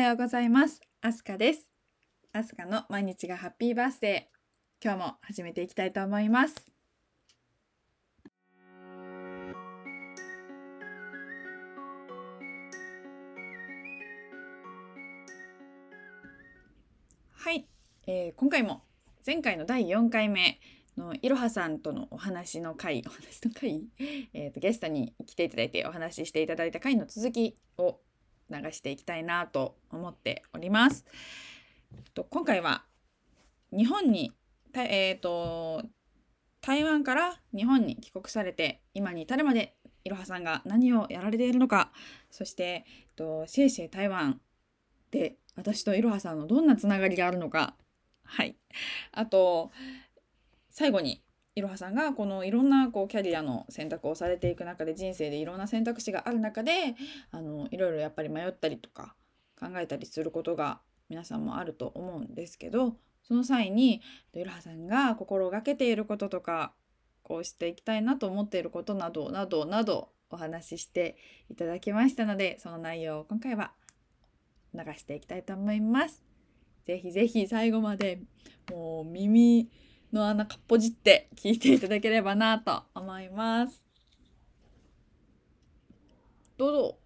ようございます。アスカです。アスカの毎日がハッピーバースデー。今日も始めていきたいと思います。はい、今回も前回の第4回目のいろはさんとのお話の回、ゲストに来ていただいてお話ししていただいた回の続きを流していきたいなと思っております。今回は日本に、台湾から日本に帰国されて今に至るまでいろはさんが何をやられているのか、そして、シェイシェイ台湾で私といろはさんのどんなつながりがあるのか、はい、あと最後にいろはさんがこのいろんなキャリアの選択をされていく中で、人生でいろんな選択肢がある中でいろいろやっぱり迷ったりとか考えたりすることが皆さんもあると思うんですけど、その際にいろはさんが心がけていることとか、こうしていきたいなと思っていることなどなどなどお話ししていただきましたので、その内容を今回は流していきたいと思います。ぜひぜひ最後までもう耳の穴かっぽじって聞いていただければなと思います。どうぞ。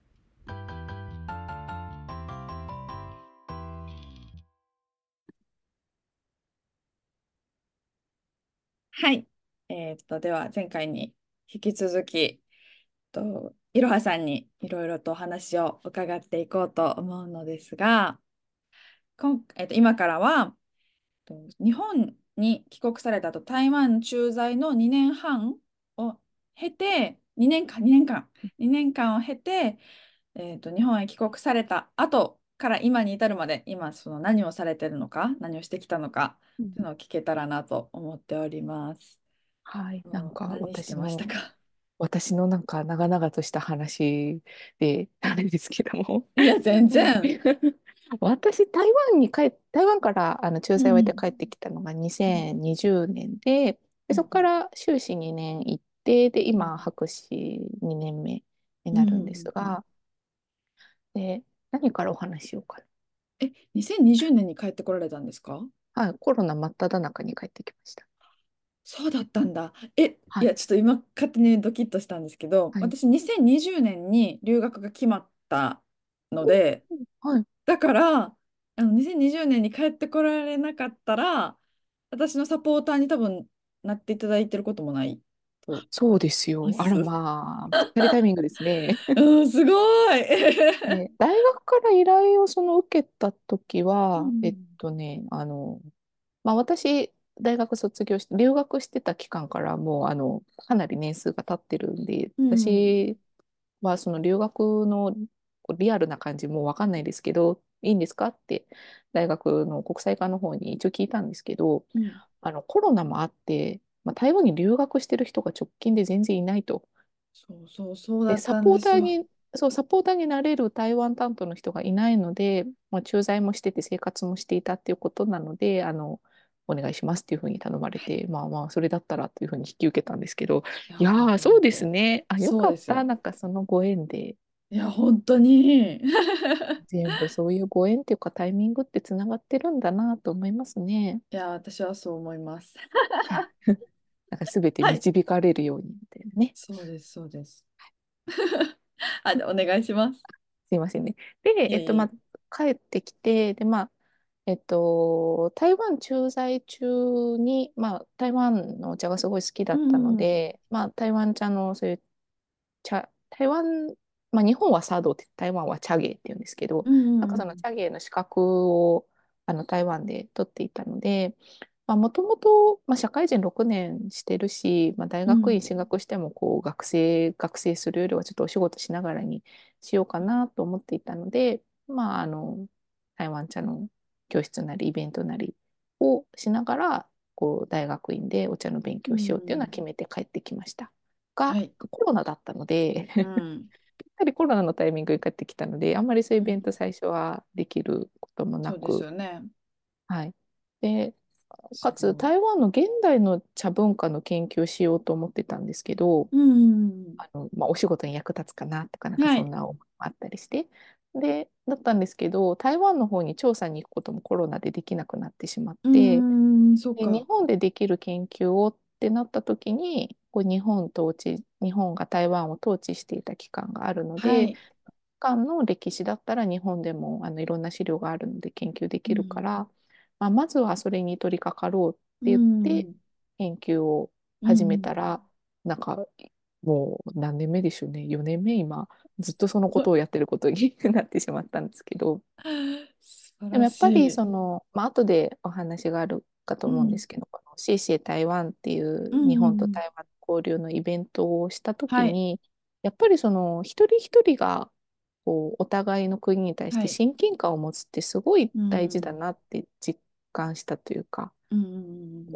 はい。では前回に引き続き、いろはさんにいろいろとお話を伺っていこうと思うのですが、今からは、日本に帰国された後、台湾駐在の2年半を経て、2年間を経て、日本へ帰国された後から今に至るまで、今その何をされてるのか、何をしてきたのかうん。 っていうのを聞けたらなと思っております。 はい。なんか何してましたか？ 私のなんか長々とした話で、あれですけども。 いや、全然。 私、台湾から駐在を終えてうん。 帰ってきたのがうん 2020年で、そこかうんら修士2年行って、で、 うん今、博士2年目にうんうなるんでんうん。 すが、で、何からお話ししようか 2020年に帰ってこられたんですか？ な。はい。コロナ真っ只中に帰ってきました。 そうだったんだ。いはい。 や、ちょっと今、勝手にドキッとしたんですけど、 はい。 私、2020年に留学が決まったので、 はい。 だから、2020年に帰ってこられなかったら、私のサポーターに多分なっていただいてることもないとそうですよ。あら思います。 まあ、ぴったりタイミングですね。 うん、すごい。 で、大学から依頼を受けたときうは、 ん、 まあ私、大学卒業して、留学してた期間からもう、かなり年数が経ってるんで、 うん、 私はその留学のリアルな感じもうわかんないですけど、いいんですかって、大学の国際科の方に一応聞いたんですけど、 うん。 コロナもあって、まあ、台湾に留学してる人が直近で全然いないと。 そうそうそうだで、 ったんですよ。 サポーターになれる台湾担当の人がいないので、まあ、駐在もしてて生活もしていたっていうことなので、お願いしますっていうふうに頼まれて、まあまあ、それだったらっていうふうに引き受けたんですけど、 いや、 いやー、そうです本当。 ね。あ、よかった。 そうですよ。 なんかそのご縁で、 いや、本当に。 全部そういうご縁っていうかタイミングってつながってるんだなと思いますね。 いや、私はそう思います。 はい。なんか全てはい。 導かれるようにみたいなね。 そうです、そうです。じゃあお願いします。 すいませんね。で、まいえいえ。 あ、帰ってきて、で、まあ、台湾駐在中に、まあ、台湾のお茶がすごい好きだうったのん、 で、まあ、台湾茶のそういう台湾、まあ、日本は茶道って、台湾は茶芸って言うんですけど、 うん、 なんかそのうん、 茶芸の資格を台湾で取っていたので、まあ、もともと、まあ、社会人6年してるし、まあ、大うん、 学院進学してもこう学生するよりはちょっとお仕事しながらにしようかなと思っていたので、まあ、台湾茶の教室なりイベントなりをしながら、こう大学院でお茶の勉う強をしようっていうのはん。 決めて帰ってきました。が、 はい。 コロナだったので、 うん、 ぴったりコロナのタイミングに帰ってきたので、あんまりそういうイベンうん。 ト最初はできることもなそうですく、 よね。 はい。で、かつすごい。 台湾の現代の茶文化の研究をしようと思ってたんですけど、 うん、 まあ、お仕事に役立つかなとか、なんかはい。 そんな思いもあったりして。 だったんですけど、台湾の方に調査に行くこともコロナでできなくなってしまっうーて、 ん、そっで、日か。 本でできる研究をってなった時に、日本が台湾を統治していた期間があるので、 はい。 間の歴史だったら日本でもいろんな資料があるので研究できるかうん。 ら、まずはそれに取り掛かろうってう言ってん。 研究を始めうん。 たら、なんかもう何年目でしょうね、4年目今、ずっとそのことをやってることになってしまったんですけど、 素晴でもらしやっぱりい。 後でお話があるかとうん。 思うんですけど、このシーシー台湾っていうう日本とん。 台湾の交流のイベントをしたときはい。 に、やっぱり一人一人がお互いの国に対しはい。 て親近感を持つってすごいう大事だん。 なって実感したというか、 うん。うん。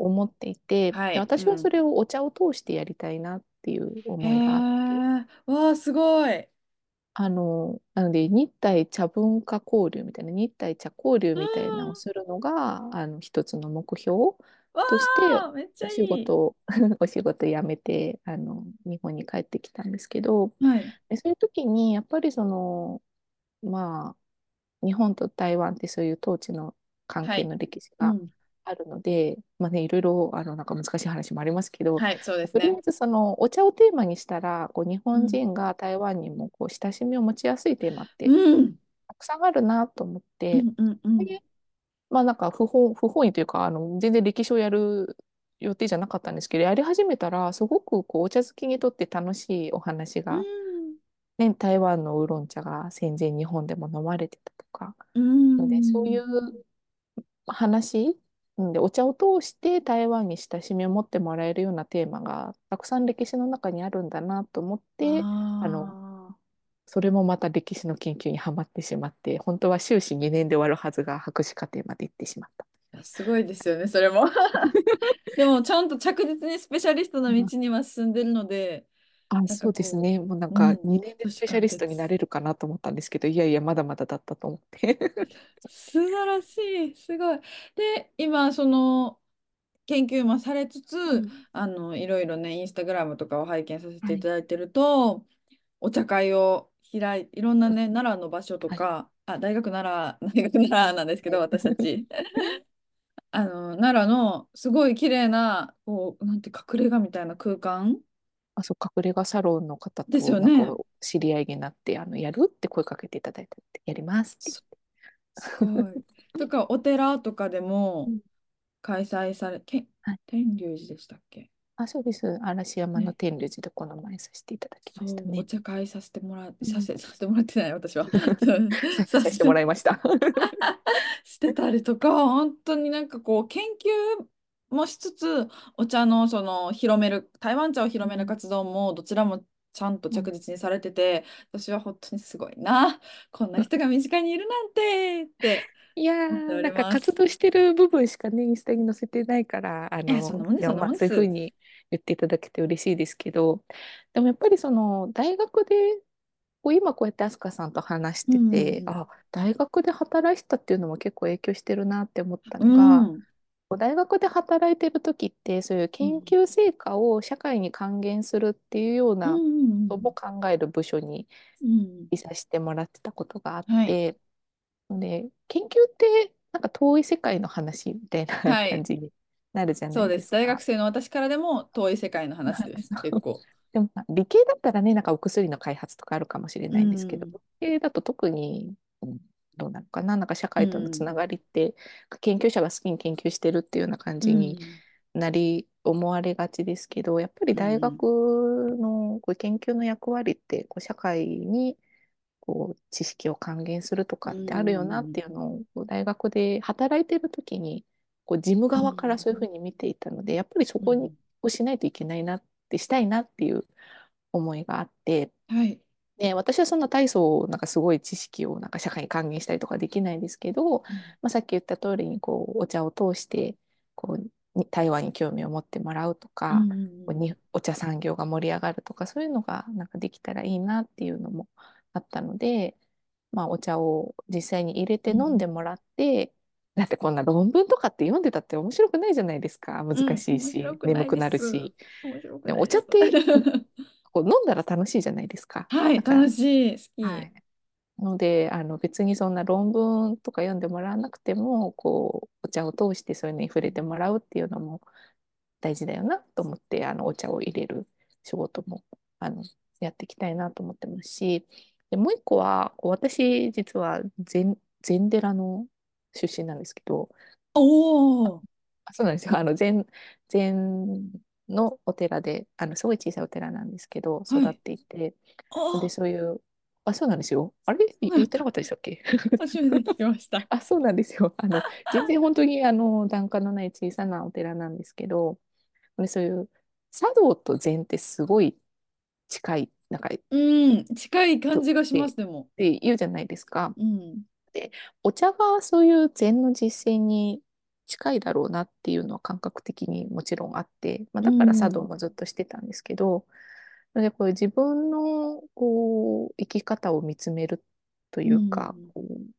思っていて、で、 はい。うん。 私はそれをお茶を通してやりたいなっていうへ思いがあって、 え。わあ、すごい。 なので、日体茶文化交流みたいな、日体茶交流うみたいなのをん。 するのが、一つの目標わとして、 あ、めっちゃおいい。 仕事をお仕事辞めて、日本に帰ってきたんですけど、 はい。 で、そういう時に、やっぱりま日本と台湾ってそういう統治の関はい。 係の歴史がうん。 あるので、いろいろ、なんか難しい話もありますけど、 はい、そうですね。 とりあえずお茶をテーマにしたら、日うん。 本人が台湾にも親しみを持ちやすいテーマっうてん。 たくさんあるなと思って、 うん。うん。うん。 で、なんか不本意というか、全然歴史をやる予定じゃなかったんですけど、やり始めたら、すごくお茶好きにとって楽しいお話うが、 ん。 ね、台湾のウーロン茶が戦前日本でも飲まれてたとか、 うので、そういん。 う話で、お茶を通して台湾に親しみを持ってもらえるようなテーマがたくさん歴史の中にあるんだなと思って、 あそれもまた歴史の研究にはまってしまって、本当は修士2年で終わるはずが博士課程まで行ってしまった。 あ、すごいですよね、それも。でも、ちゃんと着実にスペシャリストの道には進んでるので、なんかそうですね。もうなんう、うかん、 2年でスペシャ年間リストにな鉄。 れるかなと思ったんですけど、いやいや、まだまだだったと思って。 素晴らしい、すごい。で、今、その研究もされつつ、 うん。 いろいろね、インスタグラムとかを拝見させてはい。 いただいてると、お茶会をいろんなね、奈良の場所とはい。 か、あ、大学奈良なんですけど、私たち。奈良のすごい綺麗な、こう、なんて隠れ家みたいな空間そう、隠れ家サロンの方ですと、 よね。 知り合いになって、やるって声かけていただいたって、やりますってす、すごい。とか、お寺とかでも言って。 開催され、 はい。 天龍寺でしたっけ？ そうです。嵐山のね。 天龍寺でこの前させていただきましたそう、おね。 茶会させてもらっ、 うん。 させてもらってない、私は。そう参加させてもさせてらいました。 してたりとか、本当になんかこう、研究もしつつ、お茶のその広める、台湾茶を広めるうん。 活動もどちらもちゃんとうん。 着実にされてて、私は本当にすごいな、こんな人が身近にいるなんてっていや思っておなんかります。 活動してる部分しかね、インスタに載せてないから、 そんなもんです、そんなそういうふうもんです。 に言っていただけて嬉しいですけど、でもやっぱり大学で、今こうやって飛鳥さんと話しうてて、 ん大学で働いてたっていうのも結構影響してるなって思ったうのが、 んうん。 大学で働いてる時って、そういう研うん究成果を社会に還元するっていうよううんなうんことも考える部署にうんうんいさせてもらってたことがあっはい。 て、で、研究ってなんか遠い世界の話みたいなはい。 感じになるじゃないそうです。大学ですか。 生の私からでも遠い世界の話です。結構。 でも理系だったらね、なんかお薬の開発とかあるかもしれうないんですけど、 ん理系だと特に、どうなのかな、なんか社う会とのつなんがりって、研究者が好きに研究してるっていうような感うじにん思われがちですけど、やっぱり大学うんの研究の役割って、社会に知識を還元するとうかってあるよなってんいうのを大学で働いてる時に事務側からうんそういうふうに見ていたので、やっぱりそこにうんしないといけないなってしたいなっていう思いがあって、 はい。 で、私はそんな大層なんかすごい知識をなんか社会に還元したりとかできないですけど、さっき言った通りにお茶を通して台湾に興味を持ってもらうとうんか、 うんお茶産業が盛り上がるとか、そういうのがなんかできたらいいなっていうのもあったので、お茶を実際に入れて飲んでもらって、だってこんな論文とかって読んでたって面白くないじゃないですか。難しい面白し、 くない眠くです。 なるし。 面白くでもおないです。 茶って飲んだら楽しいじゃないですか。 はい、 だから、 楽しい、好き。 はい。 ので、別にそんな論文とか読んでもらわなくても、こう、お茶を通してそういうのに触れてもらうっていうのも大事だよなと思って、お茶を入れる仕事も、あの、やっていきたいなと思ってますし、で、もう一個は、こう私、実は禅寺の出身なんですけど、 おお。 そうなんですよ。禅のお寺で、すごい小さいお寺なんですけど、育っはい。 ていて、で、 あ、 そういう、そうなんですよ。あれそうなんだ。 言ってなかったでしたっけ？ 初めて聞きました。 そうなんですよ。全然本当に檀家のない小さなお寺なんですけど、でそういう茶道と禅ってすごい近い、なんか、 うん、近い感とっじがしまて、 す、でも。 言うじゃないですか。 うん。 で、お茶がそういう禅の実践に近いだろうなっていうのは感覚的にもちろんあって、まあ、 うだから茶道ん。 もずっとしてたんですけど、なのでこういう自分のこう生き方を見つめるとういうか、 ん。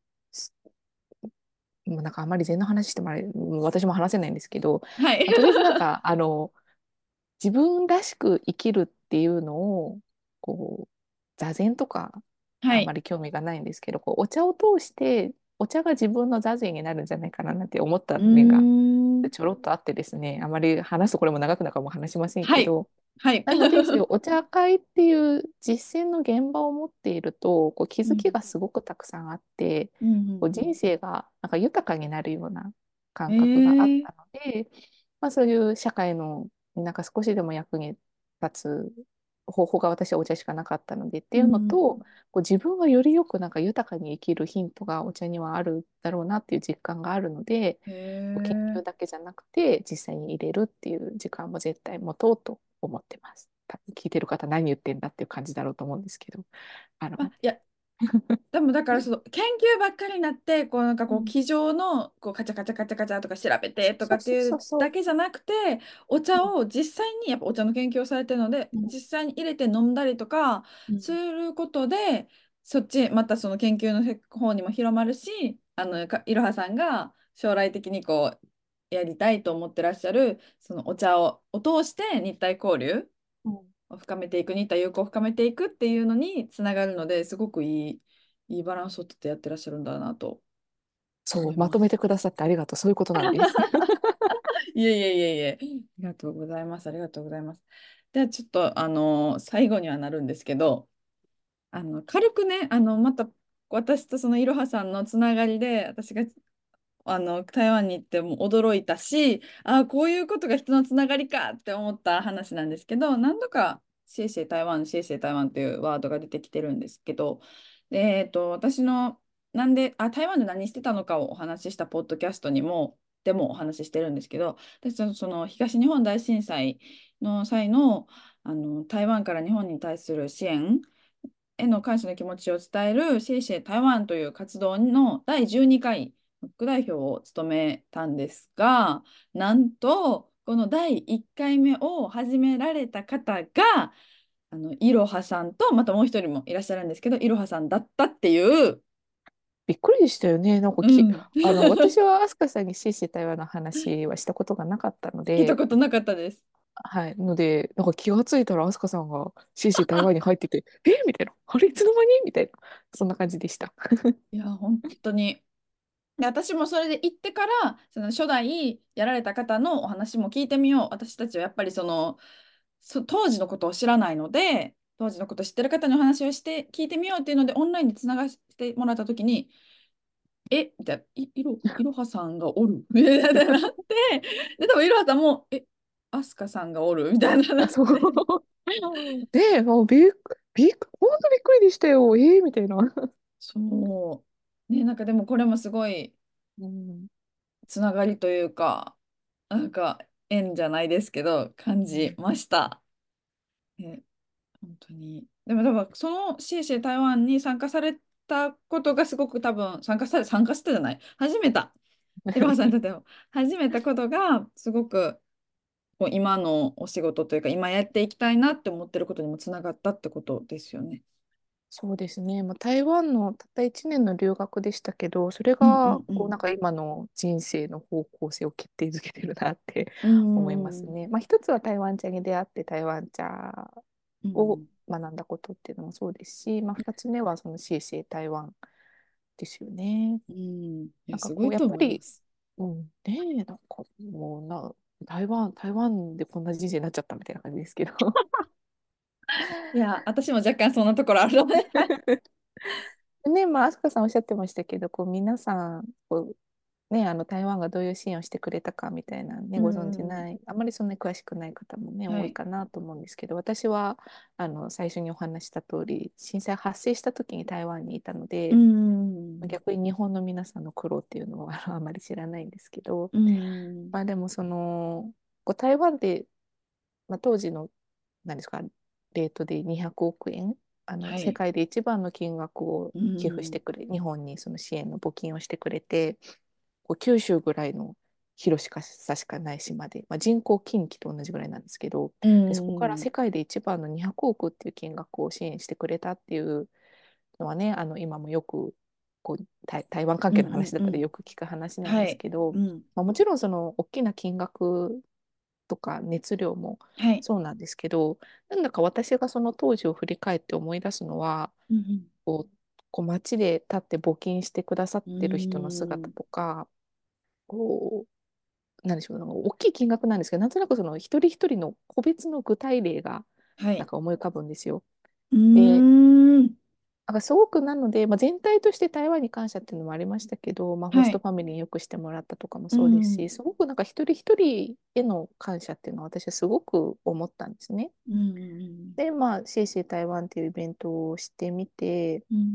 もうなんかあんまり禅の話してもらえ、もう私も話せないんですけど、 はい。 まあ、とりあえずなんか自分らしく生きるっていうのをこう座禅とかはい。 あんまり興味がないんですけど、こうお茶を通してお茶が自分の座禅になるんじゃないかななんて思ったうー面がん。 ちょろっとあってですね、あまり話すとこれも長くなるからもう話しませんはい。 けど、 はい。 なので、そういうお茶会っていう実践の現場を持っていると、こう気づきうん。 がすごくたくさんあって、 うん。うん。 こう人生がなんか豊かになるような感覚があっええ。 たので、まあ、そういう社会のなんか少しでも役に立つ方法が私はお茶しかなかったのでっていうのうん。 と、こう自分がよりよくなんか豊かに生きるヒントがお茶にはあるだろうなっていう実感があるので、 へこう研究え。 だけじゃなくて実際に入れるっていう時間も絶対持とうと思ってます。多分聞いてる方何言ってんだっていう感じだろうと思うんですけど。あの、 いや、でもだからその研究ばっかりになってこうなんかうん、 こう机上のこうカチャカチャカチャカチャとか調べてとかそうそうっていうそうそう。 だけじゃなくてお茶を実際にやっぱお茶の研究をされてるのでうん、 実際に入れて飲んだりとかすうん、 ることでそっちまたその研究の方にも広まるしいろはさんが将来的にこうやりたいと思ってらっしゃるそのお茶を通して日体交流うん。 を深めていく、日体友好を深めていくっていうのにつながるのですごくいいバランスをとってやってらっしゃるんだなとそう、 思います。 まとめてくださってありがとう。そういうことなんです。 いえいえいえいえ、ありがとうございます。ありがとうございます。ではちょっと最後にはなるんですけど、軽くね、また私とそのいろはさんのつながりで、私が台湾に行っても驚いたし、こういうことが人のつながりかって思った話なんですけど、何度かシェイシェイ台湾、シェイシェイ台湾というワードが出てきてるんですけど、で私のなんで台湾で何してたのかをお話ししたポッドキャストにも、でもお話ししてるんですけど、私はその東日本大震災の際の、台湾から日本に対する支援への感謝の気持ちを伝えるシェイシェイ台湾という活動の第12回副代表を務めたんですが、なんとこの第1回目を始められた方がいろはさんとまたもう一人もいらっしゃるんですけど、いろはさんだったっていう、 びっくりでしたよね。なんかうん、 私は飛鳥さんにシーシー対話の話はしたことがなかったの聞いたで、 ことなかったです。 はい。ので、なんか気がついたら飛鳥さんがシーシー台湾に入ってて、みたいな。あれ、いつの間にみたいな。そんな感じでした。 いや本当に。で、私もそれで行ってから、その初代やられた方のお話も聞いてみよう。私たちはやっぱり当時のことを知らないので、当時のことを知ってる方にお話をして聞いてみようっていうので、オンラインにつながせてもらったときに、みたいな、いろはさんがおるみたいななって、で、多分いろはさんも、アスカさんがおるみたいななっそう。 て、 で、もう本当びっくりでしたよ。みたいな。 そう。ね、なんかでもこれもすごいうん、 つながりというか、なんか縁じゃないですけど、感じました。ね、本当に。でも多分そのシーシー台湾に参加されたことがすごく多分参加したじゃない。始めた。いろはさんにとっても始めたことがすごくこう今のお仕事というか今やっていきたいなって思ってることにもつながったってことですよね。 そうですね。まあ、台湾のたった1年の留学でしたけど、それうんうがんうん。 こうなんか今の人生の方向性を決定づけてるなってう思いまんうんすね。まあ、一つは台湾茶に出会って台湾茶うんうをん学んだことっていうのもそうですし、まあ、2つ目はそのシエシエ台湾ですよね。 うん。いや、 なんかこう、 すごいとやっぱり、 思います。 ねえ、なんかもう台湾でこんな人生になっちゃったみたいな感じですけど。 いや、私も若干そんなところあるので。 ね、まあ、飛鳥さんおっしゃってましたけど、こう、皆さん、こう、ね、台湾がどういう支援をしてくれたかみたいなね、 うご存んうん。 知ない、あまりそんなに詳しくない方もね、 はい。 多いかなと思うんですけど、私は、最初にお話しした通り、震災発生した時に台湾にいたのうで、 ん。 逆に日本の皆さんの苦労っていうのはあまり知らないんですけど、 うん。 まあでもこう台湾で、まあ、当時の、何ですか、レートで200億円、 はい。 世界で一番の金額をう寄付してん。 くれ、日本にその支援の募金をしてくれて、こう九州ぐらいの広さしかない島で、まあ、人口近畿と同じぐらいなんですけど、 うで、そこからん。 世界で一番の200億っていう金額を支援してくれたっていうのはね、今もよくこう台湾関うん係の話だったらうんうん。 よく聞く話なんですはい。 けど、 うん。 まあ、もちろんその大きな金額とか熱量もはい。 そうなんですけど、なんだか私がその当時を振り返って思い出すのは、 うんこう、街で立って募金してくださっうてる人のん。 姿とか、こなんでしょう、なんか大きい金額なんですけど、なんとなくその一人一人の個別の具体例がはい。 なんか思い浮かぶんですよ。 うで、 ーん。 なんかすごくなので、まあ、全体として台湾に感謝っていうのもありましたけど、まあ、ホストはい。 ファミリーによくしてもらったとかもうそうですし、 ん。 すごくなんか一人一人への感謝っていうのは私はすごく思ったんですね。 うん。 で、まあ、シェイシェイ台湾っていうイベントをしてみて、 うん。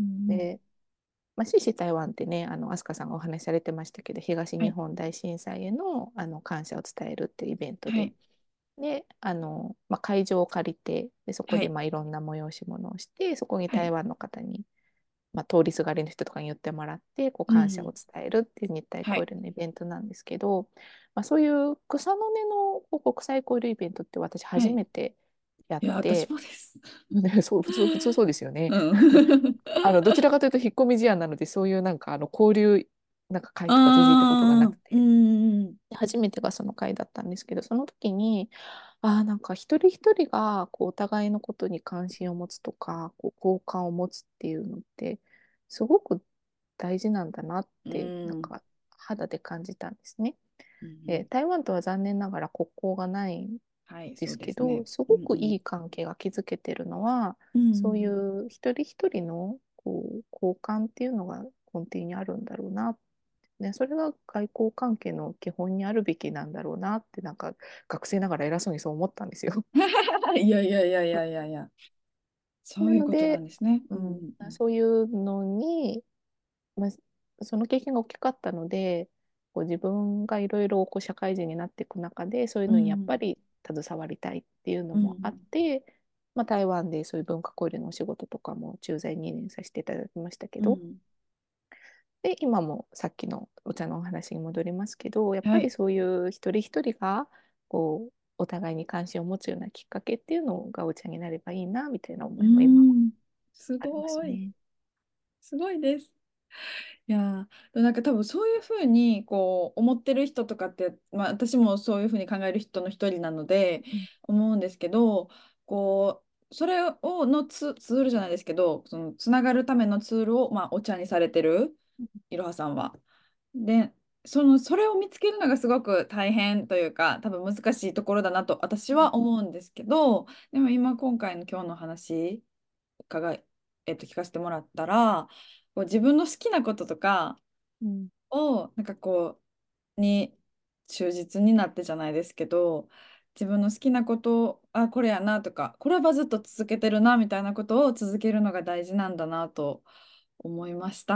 で、まあ、シーシー台湾ってね、飛鳥さんがお話しされてましたけど、東はい。 日本大震災への、感謝を伝えるっていうイベントで、 はい。 で、まあ、会場を借りて、で、そこで、 はい。 まあ、いろんな催し物をして、そこにはい。 台湾の方に、まあ、通りすがりの人とかに言ってもらって、こう、感謝をうん。 伝えるっていう日体はい。 交流のイベントなんですけど、まあ、そういう草の根のこう国際交流イベントって私はい。 初めてやっいや、私て、 もです。 ね、そう、普通そうですよね。 うん。 どちらかというと引っ込み思案なので、そういうなんか交流なんか会とか全然行ったことがなああ、うくて、 ん。 初めてがその会だったんですけど、その時に、ああ、なんか一人一人がこうお互いのことに関心を持つとか、こう好感を持つっていうのって、すごく大事なんだなっうて、なんん。 か肌で感じたんですね。 うん。 で、台湾とは残念ながら国交がないんはい、 でそうすけど、 ですね。 すうん。 ごくいい関係が築けてるのは、 うん。 そういう一人一人のこう交換っていうのが根底にあるんだろうな。ね、それが外交関係の基本にあるべきなんだろうなって、なんか学生ながら偉そうにそう思ったんですよ。 いやいやいやいやいやいや。そなういうことなんので、 ですね。うん。 うん、 うん。 そういうのに、まあ、その経験が大きかったので、こう自分がいろいろこう社会人になっていく中で、そういうのにやっうん。 ぱり携わりたいっていうのうん。うもあっん。 て、まあ、台湾でそういう文化交流のお仕事とかも駐在2年させていただきましたけど、 うん。 で、今もさっきのお茶のお話に戻りますけど、やっぱりはい。 そういう一人一人がこうお互いに関心を持つようなきっかけっていうのがお茶になればいいなみたいなう思いも今はん。すありますごい。 ね。 すごいです。いやなんか多分そういうふうにこう思ってる人とかって、まあ、私もそういうふうに考える人の一人なのでうん思うんですけど、こそれをツールじゃないですけど、そのつながるためのツールを、まあ、お茶にされてるいろはさんは。で、それを見つけるのがすごく大変というか多分難しいところだなと私は思うんですけど、でも今回の今日の話伺い、聞かせてもらったら、こう自分の好きなこととかうんをなんかこに忠実になってじゃないですけど、自分の好きなことあこれやなとかこれはずっと続けてるなみたいなことを続けるのが大事なんだなと思いました。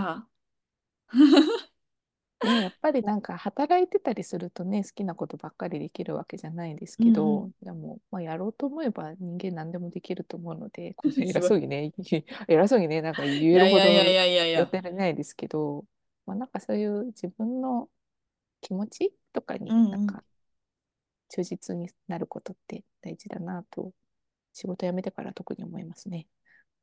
ね、やっぱりなんか働いてたりするとね、好きなことばっかりできるわけじゃないですうんうけど、でも、まあ、やろうと思えば人間何でもできると思うので、こん。 のすごい。 偉そうにね、偉そうにね、なんか言えいやるほどいやいやいやいやいや。 やってられないですけど、まあ、なんかそういう自分の気持ちとかうんうん。 になんか忠実になることって大事だなと、仕事辞めてから特に思いますね。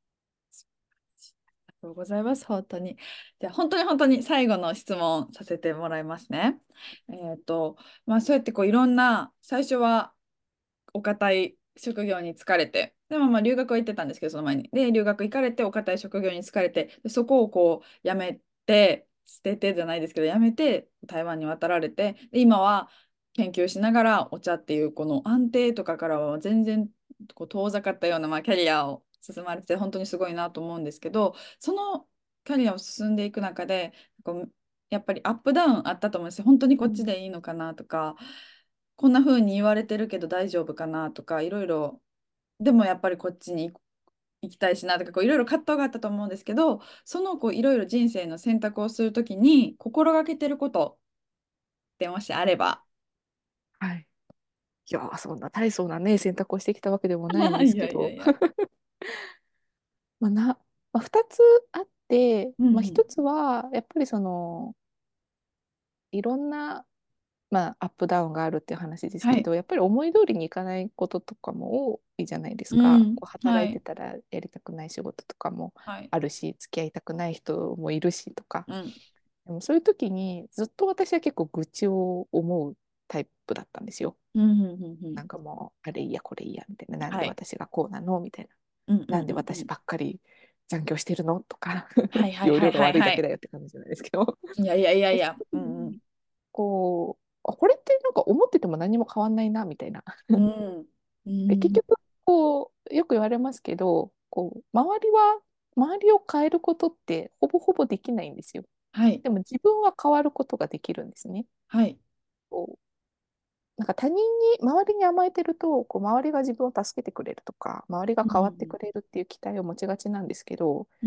ありがとうございます。本当に。じゃあ本当に最後の質問させてもらいますね。えっと、まあそうやってこういろんな最初はお堅い職業に疲れて、でもまあ留学は行ってたんですけど、その前に。で、留学行かれて、お堅い職業に疲れて、でそこをこう、やめて、捨ててじゃないですけど、やめて、台湾に渡られて、で、今は研究しながらお茶っていう、この安定とかからは全然こう遠ざかったような、まあ、キャリアを進まれてて、本当にすごいなと思うんですけど、そのキャリアを進んでいく中で、こうやっぱりアップダウンあったと思うんですよ。本当にこっちでいいのかなとか、こんな風に言われてるけど大丈夫かなとか、いろいろ、でもやっぱりこっちに行きたいしなとか、こういろいろ葛藤があったと思うんですけど、そのこういろいろ人生の選択をするときに心がけてることってもしあれば。 はい。いやー、そんな大層なね、選択をしてきたわけでもないんでいすけど、 やいやいや。 まあ、2つあって、まあ、 うんうん。 1つは、やっぱりいろんな、まあ、アップダウンがあるっていう話ですはい。 けど、やっぱり思い通りにいかないこととかも多いじゃないですか。 うん。 こう働いてはい。 たらやりたくない仕事とかもはい。 あるし、付き合いたくない人もいるしとか。 うん。 でもそういう時にずっと私は結構愚痴を思うタイプだったんですよ。 うん。うん。うん。うん。 なんかもう、あれいいや、これいいや、みたいな。なんはい。 で私がこうなのみたいな。 うん。うん。 なんで私うん。 ばっかり残業してるのとか、 はいはいはい容量が悪いだはいはい。 けだよって感じじゃないですけど。 いやいやいやいそういうや。う時に、 んうん。 これってなんか思ってても何も変わんないな、みたいな。 うん。うで、結ん。 局、よく言われますけど、周りを変えることってほぼほぼできないんですよ。 はい。 でも自分は変わることができるんですね。 はい。 こなんか周りに甘えてると、周りが自分を助けてくれるとか、周りがうん。 変わってくれるっていう期待を持ちがちなんですけど、 うん。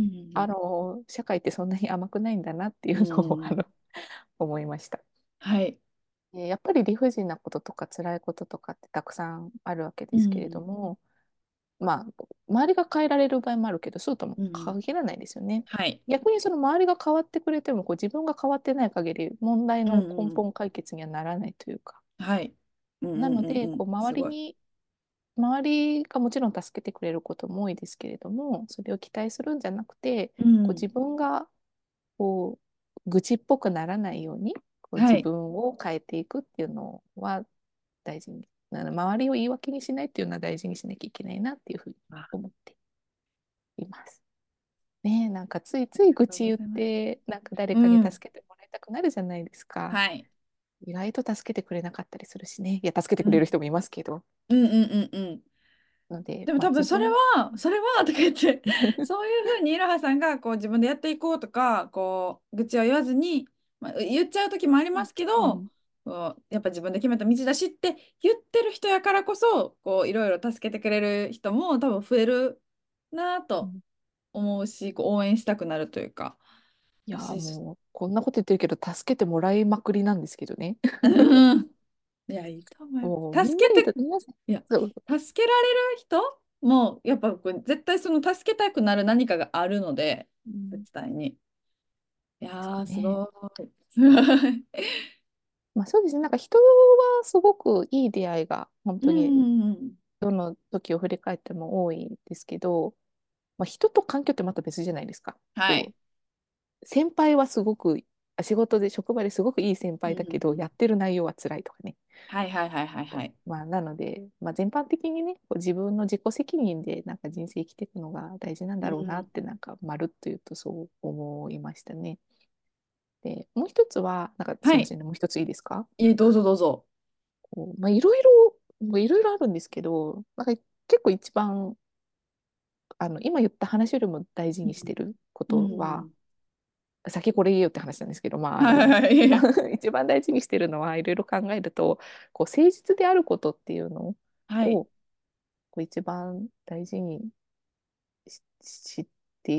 社会ってそんなに甘くないんだなっていううのを、 ん。 思いました。 はい。 やっぱり理不尽なこととか辛いこととかってたくさんあるわけうですけれどん。 も、まあ、周りが変えられる場合もあるけど、そうともうん。 限らないですよね。 はい。 逆にその周りが変わってくれても、自分が変わってない限り、問題うの根ん。 本解決にはならないというか。 はい。うんうんうんなので、 うん。すごい。 周りがもちろん助けてくれることも多いですけれども、それを期待するんじゃなくて、 うん。 自分がこ愚痴っぽくならないように、自はい。 分を変えていくっていうのは大事に、周りを言い訳にしないっていうのは大事にしなきゃいけないなっていうふうにあ、 思っています。ねえ、なんかついつい愚ありがとう痴言っございます。 て、なんか誰うかにん。 助けてもらいたくなるじゃないですか。 はい。 意外と助けてくれなかったりするしね。いや、助けてうん。 くれる人もいますけど。 うんうんうんうん。 ので、 でも多分それ自分、 は、それはとか言って、そういうふうにいろはさんがこう自分でやっていこうとか、こう愚痴を言わずに、まあ、言っちゃう時もありますけど、 うん、 こうやっぱ自分で決めた道だしって言ってる人やからこそ、こういろいろ助けてくれる人も多分増えるなとうん、 思うし、こう応援したくなるというか。 いやー、 し、 もう、こんなこと言ってるけど、助けてもらいまくりなんですけどね。 うん。いや、いいと思いもう、 ます。助けて、 皆さん、 いや、 そう、 助けられる人も、やっぱこう絶対その助けたくなる何かがあるので、 うん、 絶対に。いやー、すですかね。 ごい。すごい。 まあそうですね。なんか人はすごくいい出会いが、本う当に、 ん。 どの時を振り返っても多いですけど、まあ人と環境ってまた別じゃないですか。 はい。 先輩はすごく、仕事で、職場ですごくいい先う輩だけど、 ん。 やってる内容は辛いとかね。 はいはいはいはいはい。 まあ、なので、まあ、全般的にね、自分の自己責任でなんか人生生きていくのが大事なんだろうなっうん。 て、なんか、まるっと言うとそう思いましたね。で、もう一つは、なんかすはい。 みませんね、もう一ついいですか？ どうぞどうぞ。 まあ、いろいろあるんですけど、なんか結構一番、今言った話よりも大事にしてるこうん。 とは、先これ言えよって話なんですけど、まあ、 はいはいはい。 一番大事にしてるのはいろいろ考えると、誠実であることっていうのはい。 を、一番大事にして、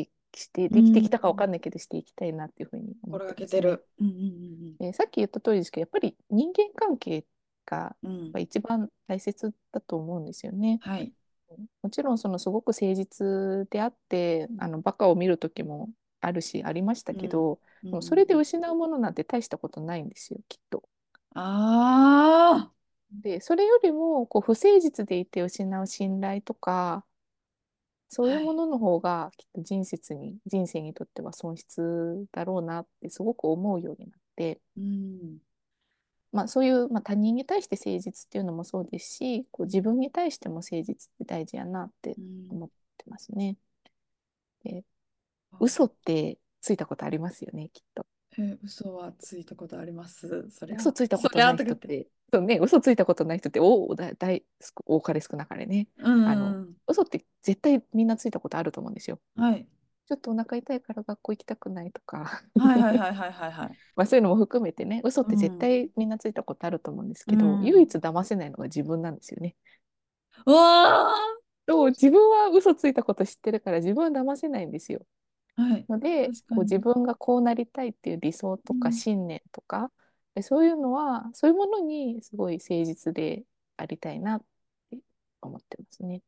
うん。 できてきたかわかんないけど、していきたいなっていうふうに思っ心がてますね。 けてる。うんさっき言った通りですけど、やっぱり人間関係がやっうんうん。うん。 ぱ一番大切だと思うんですよね。 はい。 もちろんすごく誠実であって、バカを見る時もあるし、ありましたうん。 けど、 うんうでもそれでん。 失うものなんて大したことないんですよ、きっと。 ああで、それよりも、不誠実でいて失う信頼とか、 ー。はい。 そういうものの方がきっと人生にとっては損失だろうなってすごく思うようになって、 うん。 まあ、そういう、まあ、他人に対して誠実っていうのもそうですし、こう自分に対しても誠実って大事やなってうん。 思ってますね。で、嘘あ、 ってついたことありますよね、きっと。 嘘はついたことあります。そりゃ、 嘘ついたそりことないゃとかって。 人って、そうね、嘘ついたことない人って多かれ少なかれね。 うんうんうん。 嘘って絶対みんなついたことあると思うんですよ。 はい。 ちょっとお腹痛いから学校行きたくないとか、 はいはいはいはいはいはい。 まあそういうのも含めてね、嘘って絶うん。 対みんなついたことあると思うんですうけど、唯ん。 一騙せないのが自分なんですよね。 うわ自分は嘘ついたこと知ってるから自分は騙せないんですよ。 ー。はい。 ので、 確かに。 自分がこうなりたいっていう理想とかうん。 信念とか、そういうのは、そういうものにすごい誠実でありたいなって思ってますね。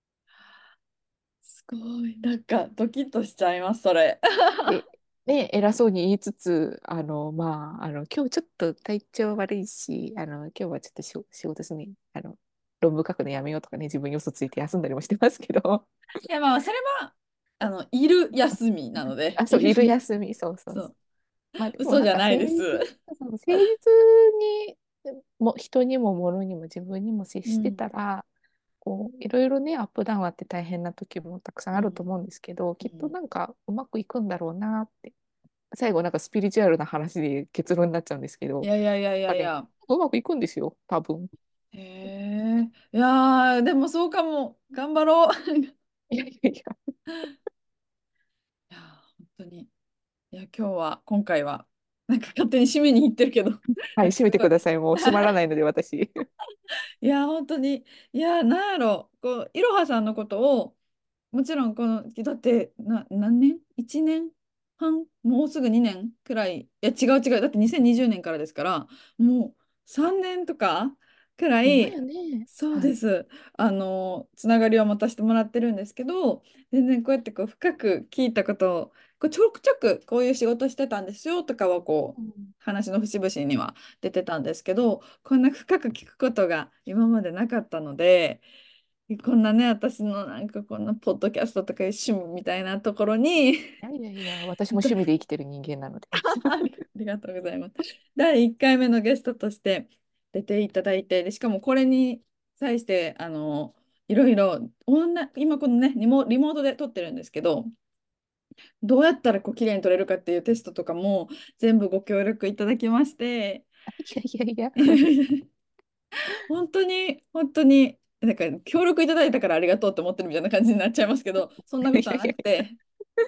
すごい。なんかドキッとしちゃいます、それ。 で、偉そうに言いつつ、今日ちょっと体調悪いし、今日はちょっと仕事するね、論文書くのやめようとかね、自分に嘘ついて休んだりもしてますけど、 いや、まあ、それは、いる休みなので、 あ、そう、いる休み、そうそうそう。 そう、 まあでも嘘じゃなんかないです。 誠実にも人にも物にも自分にも接してうん。 たら、こういろいろね、アップダウンあって大変な時もたくさんうん。 あると思うんですけど、きっとうん。 なんかうまくいくんだろうなって。最後なんかスピリチュアルな話で結論になっちゃうんですけど、 いやいやいやいなんかね、 やいや。 うまくいくんですよ、多分。 へえ。いやー、でもそうかも。頑張ろう。いいやいやいや。 やー、本当に。いや、今回は、なんか勝手に締めに行ってるけど、 はい、閉めなんかすごい。 てください。もう閉まらないので、私。 いや、本当に。いや、なんやろ。いろはさんのことを、もちろん、だって、何年？ 1 年半、もうすぐ2年くらい。いや、違う違う。だって2020年からですから、もう3年とかくらい、 ほんまやね。 そうはい。 です。つながりを持たせてもらってるんですけど、全然こうやって深く聞いたことを、ちょくちょくこういう仕事してたんですよとかはうん。 話の節々には出てたんですけど、こんな深く聞くことが今までなかったので、こんなね、私のなんかこんなポッドキャストとかいう趣味みたいなところにいやいやいや、私もだ趣味で生きてる人間なので。 ありがとうございます。第1回目のゲストとして出ていただいて、で、しかもこれに際して、いろいろ、今このね、リモートで撮ってるんですけど、どうやったら綺麗に撮れるかっていうテストとかも全部ご協力いただきまして、 いやいやいや。 本当に、本当に、なんか協力いただいたからありがとうって思ってるみたいな感じになっちゃいますけど、そんなことはいやいやいや。 なくて、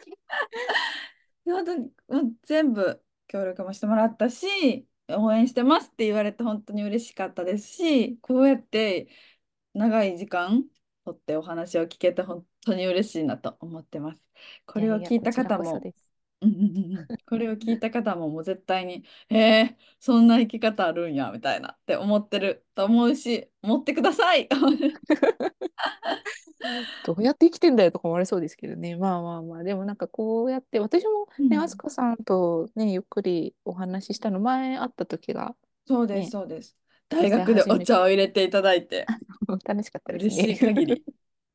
本当にもう全部協力もしてもらったし、応援してますって言われて本当に嬉しかったですし、こうやって長い時間取ってお話を聞けて本当に嬉しいなと思ってます。こいやいや、 れを聞いたこちら方も、 こそです。 うんうんうんうん、これを聞いた方ももう絶対に、そんな生き方あるんやみたいなって思ってると思うし、思ってください。 どうやって生きてんだよとか思われそうですけどね。まあまあまあ。でもなんかこうやって、私もね、あすうん、 かさんとね、ゆっくりお話ししたの前会った時がそうです、 ね、 そうです。 実際大学で初めて。 お茶を入れていただいて、 楽しかったですね。 嬉しい限り。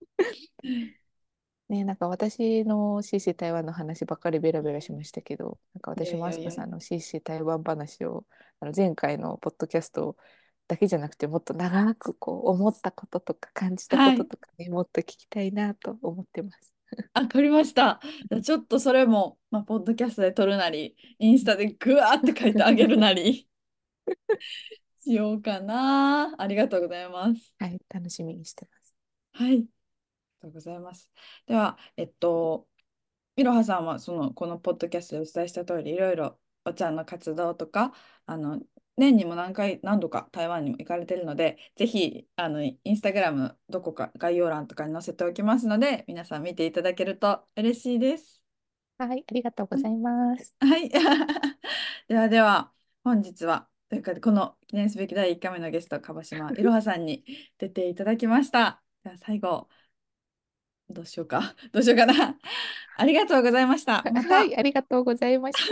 ね、なんか私の CC 台湾の話ばっかりベラベラしましたけど、なんかいや私もあいやいや。 すかさんの CC 台湾話を前回のポッドキャストだけじゃなくてもっと長くこう思ったこととか感じたこはい。 ととかね、もっと聞きたいなと思ってます。 あ、撮りました。じゃあちょっとそれも、まあ、ポッドキャストで撮るなり、インスタでグワーって書いてあげるなりしようかな。ありがとうございます。 はい、楽しみにしてます。 はい。ありがとうございます。では、いろはさんはこのポッドキャストでお伝えした通り、いろいろお茶の活動とか、年にも何度か台湾にも行かれてるので、ぜひ、インスタグラムどこか概要欄とかに載せておきますので、皆さん見ていただけると嬉しいです。 はい、ありがとうございます。 はい。ではでは、本日は、というか、この記念すべき第1回目のゲスト、樺島いろはさんに出ていただきました。では最後、どうしようか。どうしようかな。ありがとうございました。まはい、 た、 ありがとうございました。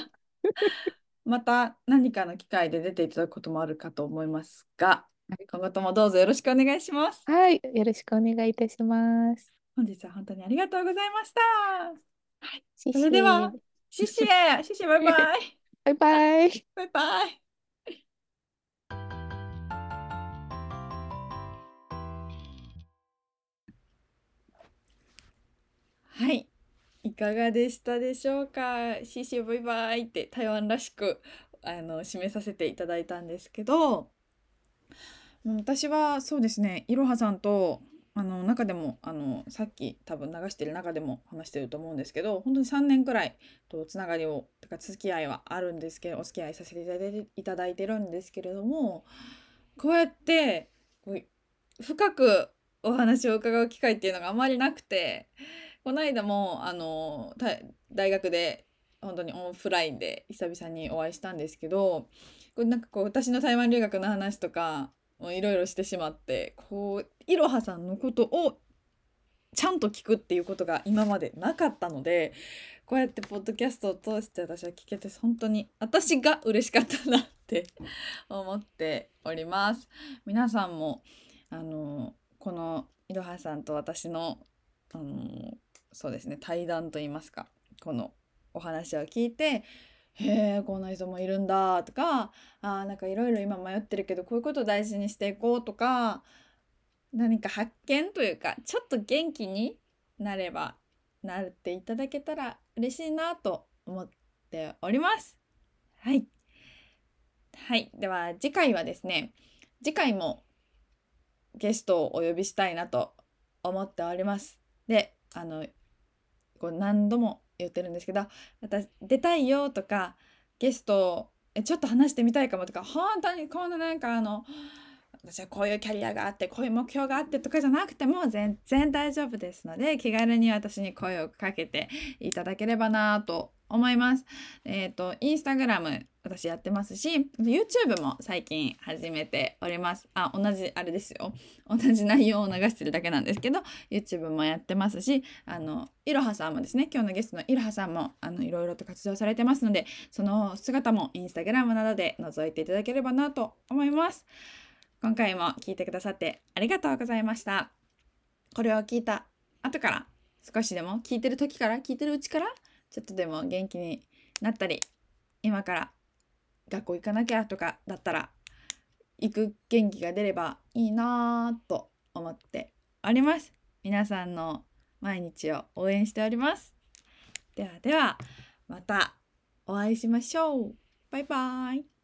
また何かの機会で出ていただくこともあるかと思いますが、 はい、 今後ともどうぞよろしくお願いします。 はい、よろしくお願いいたします。 本日は本当にありがとうございました。はい。 谢それでは、 谢。 シシエ、シシエ、バイバイ。 バイバイ。 バイバイ。 はい。いかがでしたでしょうか。シーシーバイバイって台湾らしく締めさせていただいたんですけど、私はそうですね、いろはさんと中でもさっき多分流してる中でも話してると思うんですけど、本当に3年くらいとつながりをとか付き合いはあるんですけど、お付き合いさせていただいてるんですけれども、こうやってこう深くお話を伺う機会っていうのがあまりなくて、この間も大学で本当にオフラインで久々にお会いしたんですけど、これなんかこう私の台湾留学の話とかもいろいろしてしまって、こういろはさんのことをちゃんと聞くっていうことが今までなかったので、こうやってポッドキャストを通して私は聞けて本当に私が嬉しかったなって思っております。皆さんもこのいろはさんと私のあのそうですね、対談といいますか、このお話を聞いて、へえ、こんな人もいるんだとか、なんかいろいろ今迷ってるけどこういうことを大事にしていこうとか、何か発見というかちょっと元気になっていただけたら嬉しいなと思っております。はい。はい。では次回はですね、次回もゲストをお呼びしたいなと思っております。で、こう何度も言ってるんですけど、私出たいよとか、ゲストちょっと話してみたいかもとか、本当にこんななんか私はこういうキャリアがあってこういう目標があってとかじゃなくても全然大丈夫ですので、気軽に私に声をかけていただければなと思います。インスタグラム私やってますし、YouTube も最近始めております。同じあれですよ。同じ内容を流してるだけなんですけど、YouTube もやってますし、いろはさんもですね、今日のゲストのいろはさんもいろいろと活動されてますので、その姿もインスタグラムなどで覗いていただければなと思います。今回も聞いてくださってありがとうございました。これを聞いた後から、少しでも聞いてる時から、聞いてるうちから、ちょっとでも元気になったり、今から学校行かなきゃとかだったら、行く元気が出ればいいなぁと思っております。皆さんの毎日を応援しております。ではでは、またお会いしましょう。バイバイ。